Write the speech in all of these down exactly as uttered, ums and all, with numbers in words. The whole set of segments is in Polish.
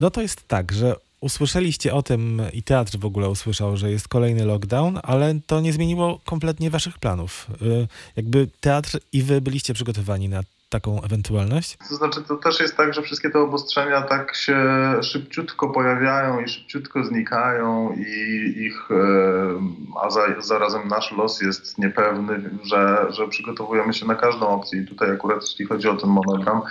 No to jest tak, że usłyszeliście o tym i teatr w ogóle usłyszał, że jest kolejny lockdown, ale to nie zmieniło kompletnie waszych planów. Y, Jakby teatr i wy byliście przygotowani na taką ewentualność? To znaczy, to też jest tak, że wszystkie te obostrzenia tak się szybciutko pojawiają i szybciutko znikają i ich, e, a za, zarazem nasz los jest niepewny, że, że przygotowujemy się na każdą opcję i tutaj akurat jeśli chodzi o ten monogram,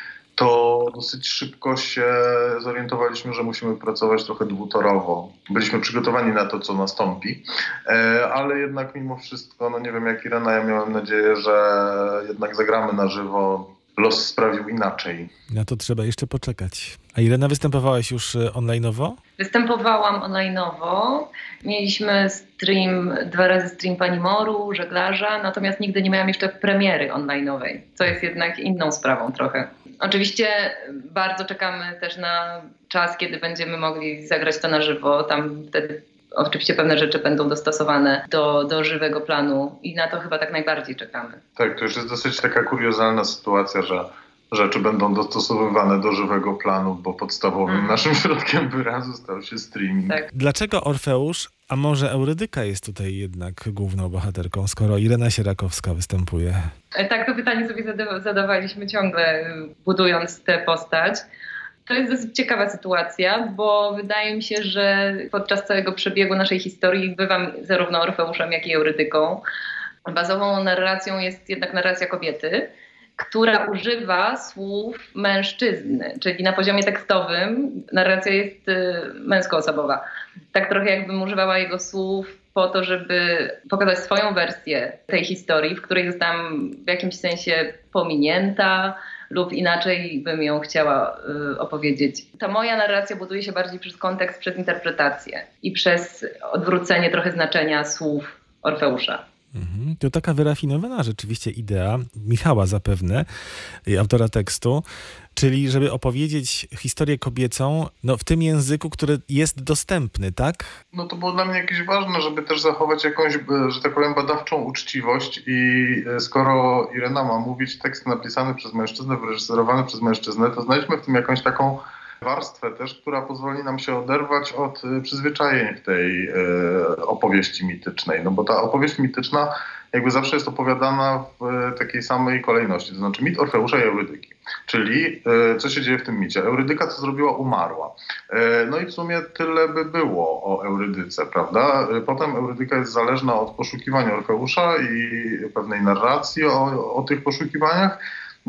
to dosyć szybko się zorientowaliśmy, że musimy pracować trochę dwutorowo. Byliśmy przygotowani na to, co nastąpi, e, ale jednak mimo wszystko, no nie wiem jak Irena, ja miałem nadzieję, że jednak zagramy na żywo. Los sprawił inaczej. Na to trzeba jeszcze poczekać. A Irena, występowałaś już y, online'owo? Występowałam online'owo. Mieliśmy stream, dwa razy stream Pani Moru, żeglarza, natomiast nigdy nie miałam jeszcze premiery online'owej, co jest jednak inną sprawą trochę. Oczywiście bardzo czekamy też na czas, kiedy będziemy mogli zagrać to na żywo. Tam wtedy oczywiście pewne rzeczy będą dostosowane do, do żywego planu i na to chyba tak najbardziej czekamy. Tak, to już jest dosyć taka kuriozalna sytuacja, że rzeczy będą dostosowywane do żywego planu, bo podstawowym mm. naszym środkiem wyrazu stał się streaming. Tak. Dlaczego Orfeusz, a może Eurydyka jest tutaj jednak główną bohaterką, skoro Irena Sierakowska występuje? Tak, to pytanie sobie zada- zadawaliśmy ciągle, budując tę postać. To jest dosyć ciekawa sytuacja, bo wydaje mi się, że podczas całego przebiegu naszej historii bywam zarówno Orfeuszem, jak i Eurydyką. Bazową narracją jest jednak narracja kobiety, która używa słów mężczyzny, czyli na poziomie tekstowym narracja jest y, męskoosobowa. Tak trochę jakbym używała jego słów po to, żeby pokazać swoją wersję tej historii, w której zostałam w jakimś sensie pominięta lub inaczej bym ją chciała y, opowiedzieć. Ta moja narracja buduje się bardziej przez kontekst, przez interpretację i przez odwrócenie trochę znaczenia słów Orfeusza. Mhm. To taka wyrafinowana rzeczywiście idea Michała zapewne, autora tekstu, czyli żeby opowiedzieć historię kobiecą no, w tym języku, który jest dostępny, tak? No to było dla mnie jakieś ważne, żeby też zachować jakąś, że tak powiem, badawczą uczciwość i skoro Irena ma mówić tekst napisany przez mężczyznę, wyreżyserowany przez mężczyznę, to znajdźmy w tym jakąś taką warstwę też, która pozwoli nam się oderwać od przyzwyczajeń w tej e, opowieści mitycznej. No bo ta opowieść mityczna jakby zawsze jest opowiadana w takiej samej kolejności, to znaczy mit Orfeusza i Eurydyki. Czyli e, co się dzieje w tym micie? Eurydyka co zrobiła? Umarła. E, no i w sumie tyle by było o Eurydyce, prawda? E, potem Eurydyka jest zależna od poszukiwań Orfeusza i pewnej narracji o, o tych poszukiwaniach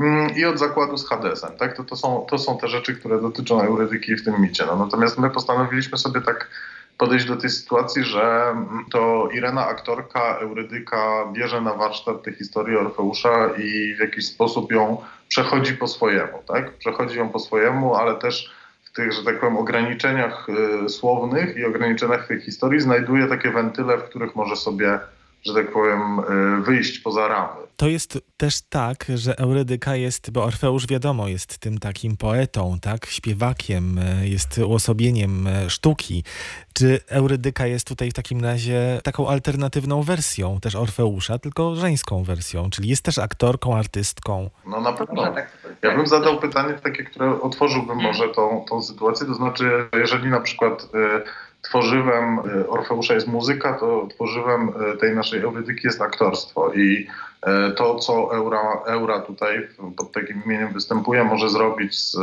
i od zakładu z Hadesem. Tak? To, to, są, to są te rzeczy, które dotyczą Eurydyki w tym micie. No, natomiast my postanowiliśmy sobie tak podejść do tej sytuacji, że to Irena, aktorka, Eurydyka bierze na warsztat tę historię Orfeusza i w jakiś sposób ją przechodzi po swojemu. Tak? Przechodzi ją po swojemu, ale też w tych, że tak powiem, ograniczeniach y, słownych i ograniczeniach tej historii znajduje takie wentyle, w których może sobie, że tak powiem, y, wyjść poza ramy. To jest też tak, że Eurydyka jest, bo Orfeusz wiadomo jest tym takim poetą, tak, śpiewakiem, jest uosobieniem sztuki. Czy Eurydyka jest tutaj w takim razie taką alternatywną wersją też Orfeusza, tylko żeńską wersją, czyli jest też aktorką, artystką? No na pewno. Ja bym zadał pytanie takie, które otworzyłbym może tą, tą sytuację, to znaczy jeżeli na przykład y, tworzywem Orfeusza jest muzyka, to tworzywem tej naszej Eurydyki jest aktorstwo i to, co Eura, Eura tutaj pod takim imieniem występuje, może zrobić z,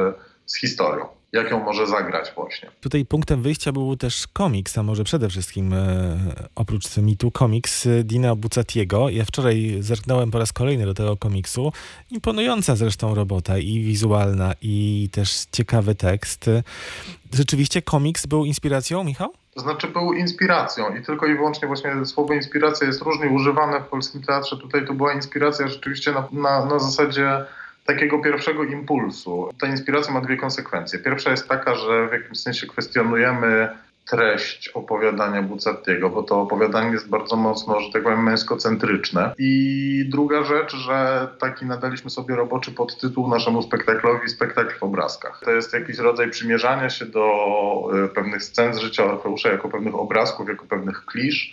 z historią. Jak ją może zagrać właśnie. Tutaj punktem wyjścia był też komiks, a może przede wszystkim e, oprócz mitu komiks Dina Buzzatiego. Ja wczoraj zerknąłem po raz kolejny do tego komiksu. Imponująca zresztą robota i wizualna i też ciekawy tekst. Rzeczywiście komiks był inspiracją, Michał? To znaczy był inspiracją i tylko i wyłącznie właśnie słowo inspiracja jest różnie używane w polskim teatrze. Tutaj to była inspiracja rzeczywiście na, na, na zasadzie takiego pierwszego impulsu. Ta inspiracja ma dwie konsekwencje. Pierwsza jest taka, że w jakimś sensie kwestionujemy treść opowiadania Buzzatiego, bo to opowiadanie jest bardzo mocno, że tak powiem, męskocentryczne. I druga rzecz, że taki nadaliśmy sobie roboczy podtytuł naszemu spektaklowi Spektakl w obrazkach. To jest jakiś rodzaj przymierzania się do pewnych scen z życia Orfeusza jako pewnych obrazków, jako pewnych klisz,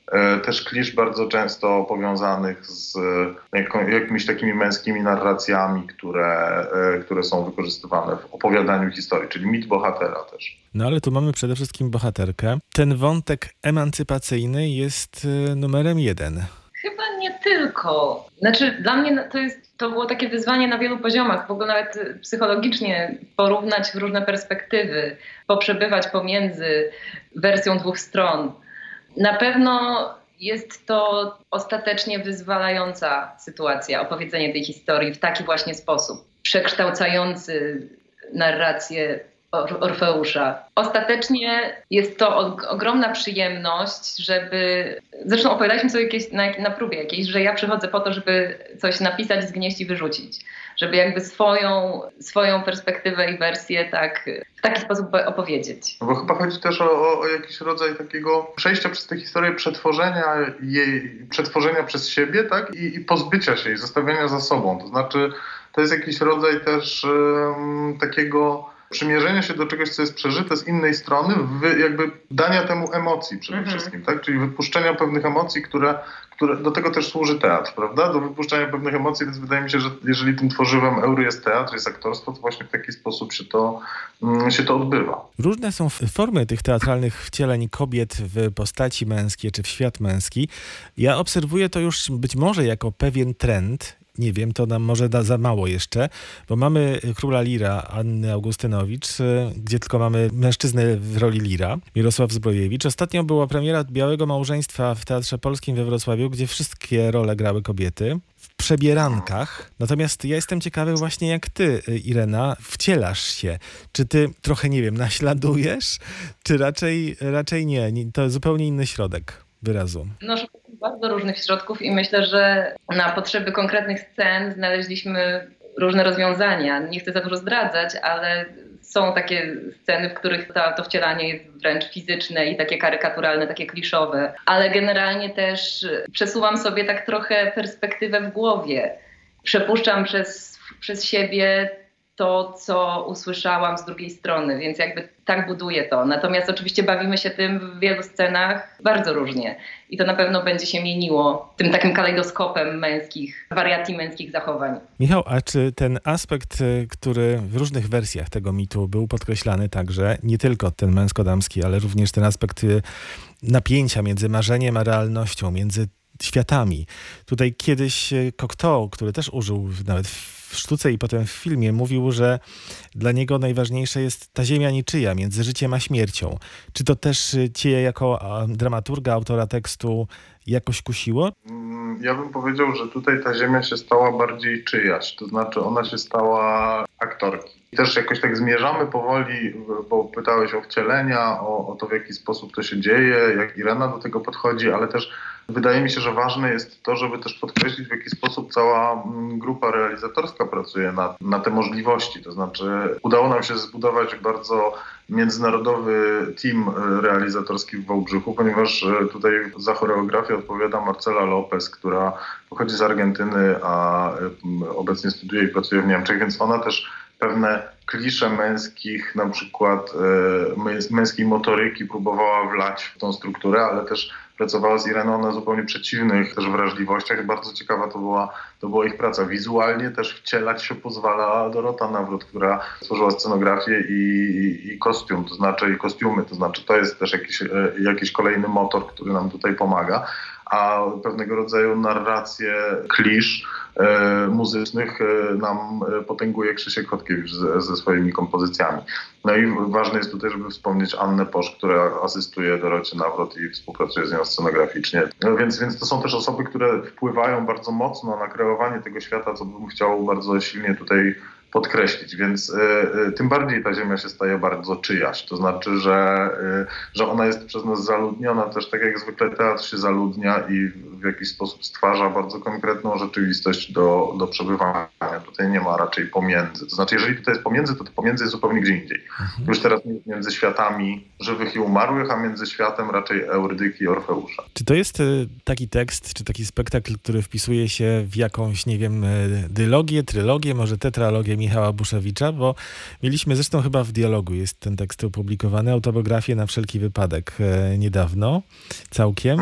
też klisz bardzo często powiązanych z jakimiś takimi męskimi narracjami, które, które są wykorzystywane w opowiadaniu historii, czyli mit bohatera też. No ale tu mamy przede wszystkim bohaterkę. Ten wątek emancypacyjny jest numerem jeden. Chyba nie tylko. Znaczy dla mnie to jest, to było takie wyzwanie na wielu poziomach, w ogóle nawet psychologicznie porównać różne perspektywy, poprzebywać pomiędzy wersją dwóch stron. Na pewno jest to ostatecznie wyzwalająca sytuacja, opowiedzenie tej historii w taki właśnie sposób, przekształcający narrację Orfeusza. Ostatecznie jest to ogromna przyjemność, żeby... Zresztą opowiadaliśmy sobie jakieś, na, na próbie jakiejś, że ja przychodzę po to, żeby coś napisać, zgnieść i wyrzucić. Żeby jakby swoją, swoją perspektywę i wersję tak, w taki sposób opowiedzieć. No bo chyba chodzi też o, o jakiś rodzaj takiego przejścia przez tę historię, przetworzenia jej, przetworzenia przez siebie, tak? I, i pozbycia się jej, zostawiania za sobą. To znaczy, to jest jakiś rodzaj też um, takiego przymierzenia się do czegoś, co jest przeżyte z innej strony, wy, jakby dania temu emocji przede mm-hmm. wszystkim, tak? Czyli wypuszczenia pewnych emocji, które, które do tego też służy teatr, prawda? Do wypuszczania pewnych emocji, więc wydaje mi się, że jeżeli tym tworzywem Eury jest teatr, jest aktorstwo, to właśnie w taki sposób się to, mm, się to odbywa. Różne są formy tych teatralnych wcieleń kobiet w postaci męskie czy w świat męski. Ja obserwuję to już być może jako pewien trend. Nie wiem, to nam może da za mało jeszcze, bo mamy Króla Lira Anny Augustynowicz, gdzie tylko mamy mężczyznę w roli Lira, Mirosław Zbrojewicz. Ostatnio była premiera Białego Małżeństwa w Teatrze Polskim we Wrocławiu, gdzie wszystkie role grały kobiety w przebierankach. Natomiast ja jestem ciekawy właśnie jak ty, Irena, wcielasz się. Czy ty trochę, nie wiem, naśladujesz, czy raczej, raczej nie? To zupełnie inny środek wyrazu. No, bardzo różnych środków i myślę, że na potrzeby konkretnych scen znaleźliśmy różne rozwiązania. Nie chcę za dużo zdradzać, ale są takie sceny, w których to, to wcielanie jest wręcz fizyczne i takie karykaturalne, takie kliszowe. Ale generalnie też przesuwam sobie tak trochę perspektywę w głowie. Przepuszczam przez, przez siebie to, co usłyszałam z drugiej strony, więc jakby tak buduję to. Natomiast oczywiście bawimy się tym w wielu scenach bardzo różnie i to na pewno będzie się mieniło tym takim kalejdoskopem męskich, wariacji męskich zachowań. Michał, a czy ten aspekt, który w różnych wersjach tego mitu był podkreślany także, nie tylko ten męsko-damski, ale również ten aspekt napięcia między marzeniem a realnością, między światami. Tutaj kiedyś Cocteau, który też użył nawet w sztuce i potem w filmie, mówił, że dla niego najważniejsze jest ta ziemia niczyja, między życiem a śmiercią. Czy to też cię jako dramaturga, autora tekstu jakoś kusiło? Ja bym powiedział, że tutaj ta ziemia się stała bardziej czyjaś, to znaczy ona się stała aktorki. I też jakoś tak zmierzamy powoli, bo pytałeś o wcielenia, o, o to, w jaki sposób to się dzieje, jak Irena do tego podchodzi, ale też wydaje mi się, że ważne jest to, żeby też podkreślić, w jaki sposób cała grupa realizatorska pracuje na, na te możliwości. To znaczy udało nam się zbudować bardzo międzynarodowy team realizatorski w Wałbrzychu, ponieważ tutaj za choreografię odpowiada Marcela Lopez, która pochodzi z Argentyny, a obecnie studiuje i pracuje w Niemczech, więc ona też pewne klisze męskich, na przykład e, męskiej motoryki próbowała wlać w tą strukturę, ale też pracowała z Ireną na zupełnie przeciwnych też wrażliwościach. Bardzo ciekawa to była, to była ich praca. Wizualnie też wcielać się pozwala Dorota Nawrot, która stworzyła scenografię i, i, i kostium, to znaczy i kostiumy, to znaczy to jest też jakiś, jakiś kolejny motor, który nam tutaj pomaga. A pewnego rodzaju narracje klisz e, muzycznych e, nam potęguje Krzysiek Chodkiewicz ze, ze swoimi kompozycjami. No i ważne jest tutaj, żeby wspomnieć Annę Posz, która asystuje Dorocie Nawrot i współpracuje z nią scenograficznie. No więc, więc to są też osoby, które wpływają bardzo mocno na kreowanie tego świata, co bym chciał bardzo silnie tutaj podkreślić, więc y, y, tym bardziej ta ziemia się staje bardzo czyjaś. To znaczy, że, y, że ona jest przez nas zaludniona też tak jak zwykle teatr się zaludnia i w w jakiś sposób stwarza bardzo konkretną rzeczywistość do, do przebywania. Tutaj nie ma raczej pomiędzy. To znaczy, jeżeli tutaj jest pomiędzy, to to pomiędzy jest zupełnie gdzie indziej. Mhm. Już teraz między światami żywych i umarłych, a między światem raczej Eurydyki i Orfeusza. Czy to jest taki tekst, czy taki spektakl, który wpisuje się w jakąś, nie wiem, dylogię, trylogię, może tetralogię Michała Buszewicza? Bo mieliśmy zresztą chyba w Dialogu jest ten tekst opublikowany, autobiografię na wszelki wypadek e, niedawno, całkiem.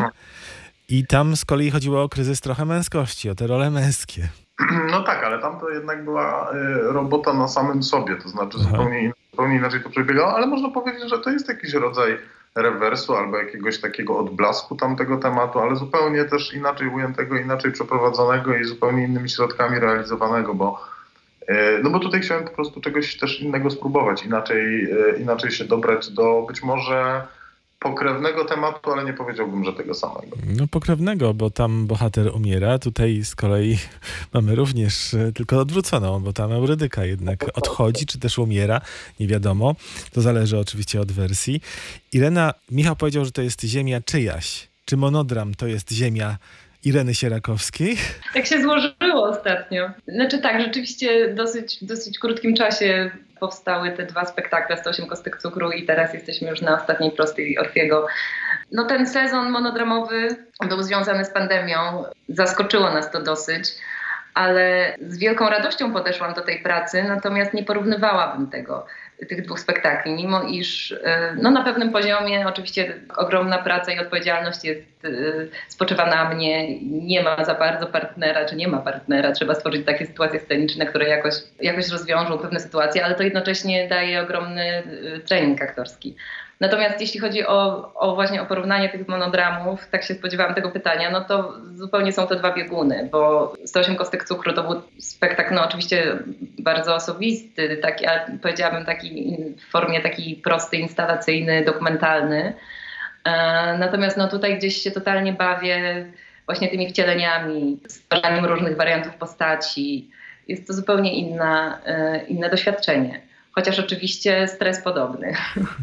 I tam z kolei chodziło o kryzys trochę męskości, o te role męskie. No tak, ale tam to jednak była y, robota na samym sobie, to znaczy zupełnie, zupełnie inaczej to przebiegało, ale można powiedzieć, że to jest jakiś rodzaj rewersu albo jakiegoś takiego odblasku tamtego tematu, ale zupełnie też inaczej ujętego, inaczej przeprowadzonego i zupełnie innymi środkami realizowanego, bo y, no bo tutaj chciałem po prostu czegoś też innego spróbować, inaczej, y, inaczej się dobrać do być może pokrewnego tematu, ale nie powiedziałbym, że tego samego. No pokrewnego, bo tam bohater umiera, tutaj z kolei mamy również tylko odwróconą, bo tam Eurydyka jednak odchodzi, czy też umiera, nie wiadomo. To zależy oczywiście od wersji. Irena, Michał powiedział, że to jest ziemia czyjaś. Czy monodram to jest ziemia Ireny Sierakowskiej? Tak się złożyło ostatnio. Znaczy tak, rzeczywiście dosyć, dosyć krótkim czasie powstały te dwa spektakle, sto osiem Kostek Cukru i teraz jesteśmy już na ostatniej prostej Orfiego. No ten sezon monodramowy był związany z pandemią. Zaskoczyło nas to dosyć, ale z wielką radością podeszłam do tej pracy, natomiast nie porównywałabym tego, tych dwóch spektakli, mimo iż no, na pewnym poziomie oczywiście ogromna praca i odpowiedzialność jest, spoczywa na mnie. Nie ma za bardzo partnera, czy nie ma partnera. Trzeba stworzyć takie sytuacje sceniczne, które jakoś, jakoś rozwiążą pewne sytuacje, ale to jednocześnie daje ogromny trening aktorski. Natomiast jeśli chodzi o, o właśnie o porównanie tych monodramów, tak się spodziewałam tego pytania, no to zupełnie są to dwa bieguny, bo sto osiem Kostek Cukru to był spektakl, no oczywiście bardzo osobisty, taki, ale powiedziałabym taki w formie takiej prostej, instalacyjny, dokumentalny. E, natomiast no tutaj gdzieś się totalnie bawię właśnie tymi wcieleniami, stwarzaniem różnych wariantów postaci. Jest to zupełnie inna, e, inne doświadczenie. Chociaż oczywiście stres podobny.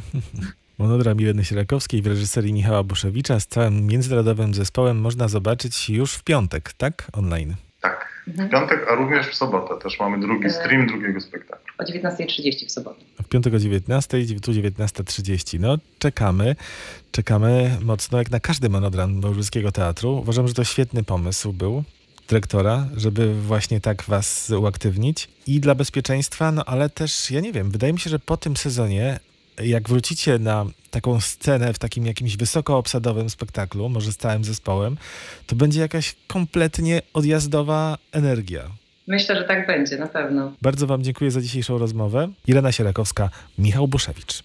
Monodram Ireny Sierakowskiej w reżyserii Michała Buszewicza z całym międzynarodowym zespołem można zobaczyć już w piątek, tak? Online. Tak, w piątek, a również w sobotę. Też mamy drugi stream drugiego spektaklu. O dziewiętnasta trzydzieści w sobotę. W piątek o dziewiętnastej, tu dziewiętnasta trzydzieści. No czekamy, czekamy mocno jak na każdy monodram Małżeskiego Teatru. Uważam, że to świetny pomysł był dyrektora, żeby właśnie tak was uaktywnić i dla bezpieczeństwa, no ale też, ja nie wiem, wydaje mi się, że po tym sezonie, jak wrócicie na taką scenę w takim jakimś wysokoobsadowym spektaklu, może z całym zespołem, to będzie jakaś kompletnie odjazdowa energia. Myślę, że tak będzie, na pewno. Bardzo wam dziękuję za dzisiejszą rozmowę. Irena Sierakowska, Michał Buszewicz.